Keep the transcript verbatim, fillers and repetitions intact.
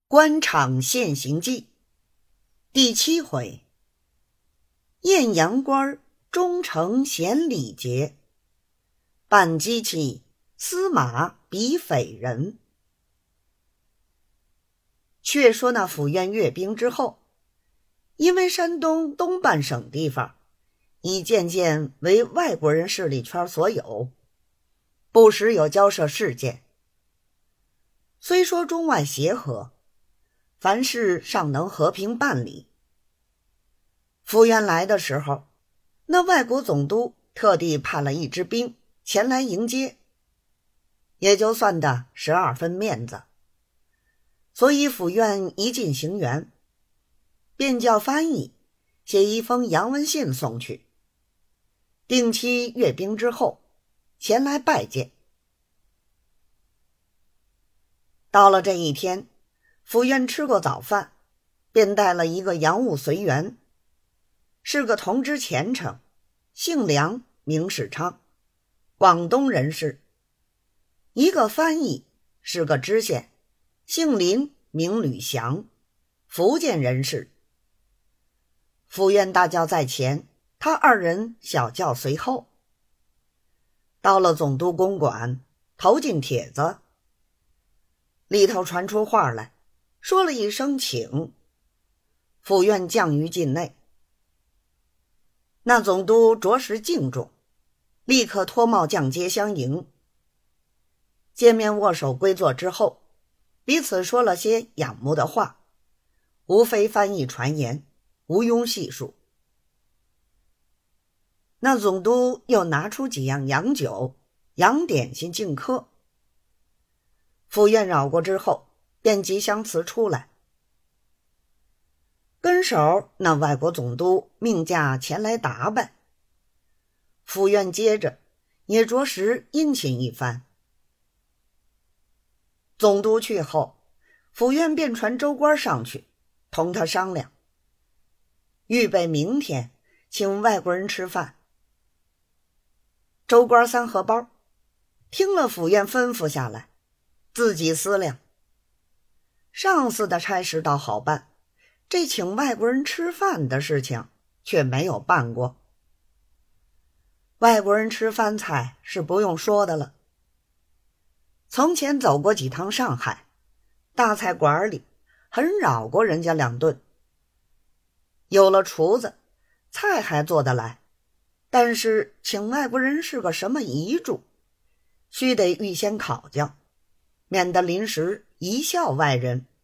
官场现形记第七回，艳阳官忠诚显礼节，扮机器司马比匪人。却说那府院阅兵之后，因为山东东半省地方已渐渐为外国人势力圈所有，不时有交涉事件。虽说中外协和，凡事尚能和平办理。府院来的时候，那外国总督特地派了一支兵前来迎接，也就算得十二分面子。所以府院一进行辕，便叫翻译写一封洋文信送去，定期阅兵之后前来拜见。到了这一天，府院吃过早饭，便带了一个洋务随员，是个同知前程，姓梁名世昌，广东人士；一个翻译，是个知县，姓林名吕祥，福建人士。府院大轿在前，他二人小轿随后。到了总督公馆，投进帖子里头，传出话来，说了一声请，府院降于境内。那总督着实敬重，立刻脱帽降阶相迎。见面握手归坐之后，彼此说了些仰慕的话，无非翻译传言，无庸细数。那总督又拿出几样洋酒、洋点心敬客。府院绕过之后，便吉祥词出来。跟手那外国总督命驾前来打扮，府院接着也着实殷勤一番。总督去后，府院便传州官上去同他商量，预备明天请外国人吃饭。州官三荷包听了府院吩咐下来，自己思量，上司的差事倒好办，这请外国人吃饭的事情却没有办过。外国人吃饭菜是不用说的了，从前走过几趟上海，大菜馆里很扰过人家两顿。有了厨子，菜还做得来，但是请外国人是个什么遗嘱，须得预先考究，免得临时贻笑外人，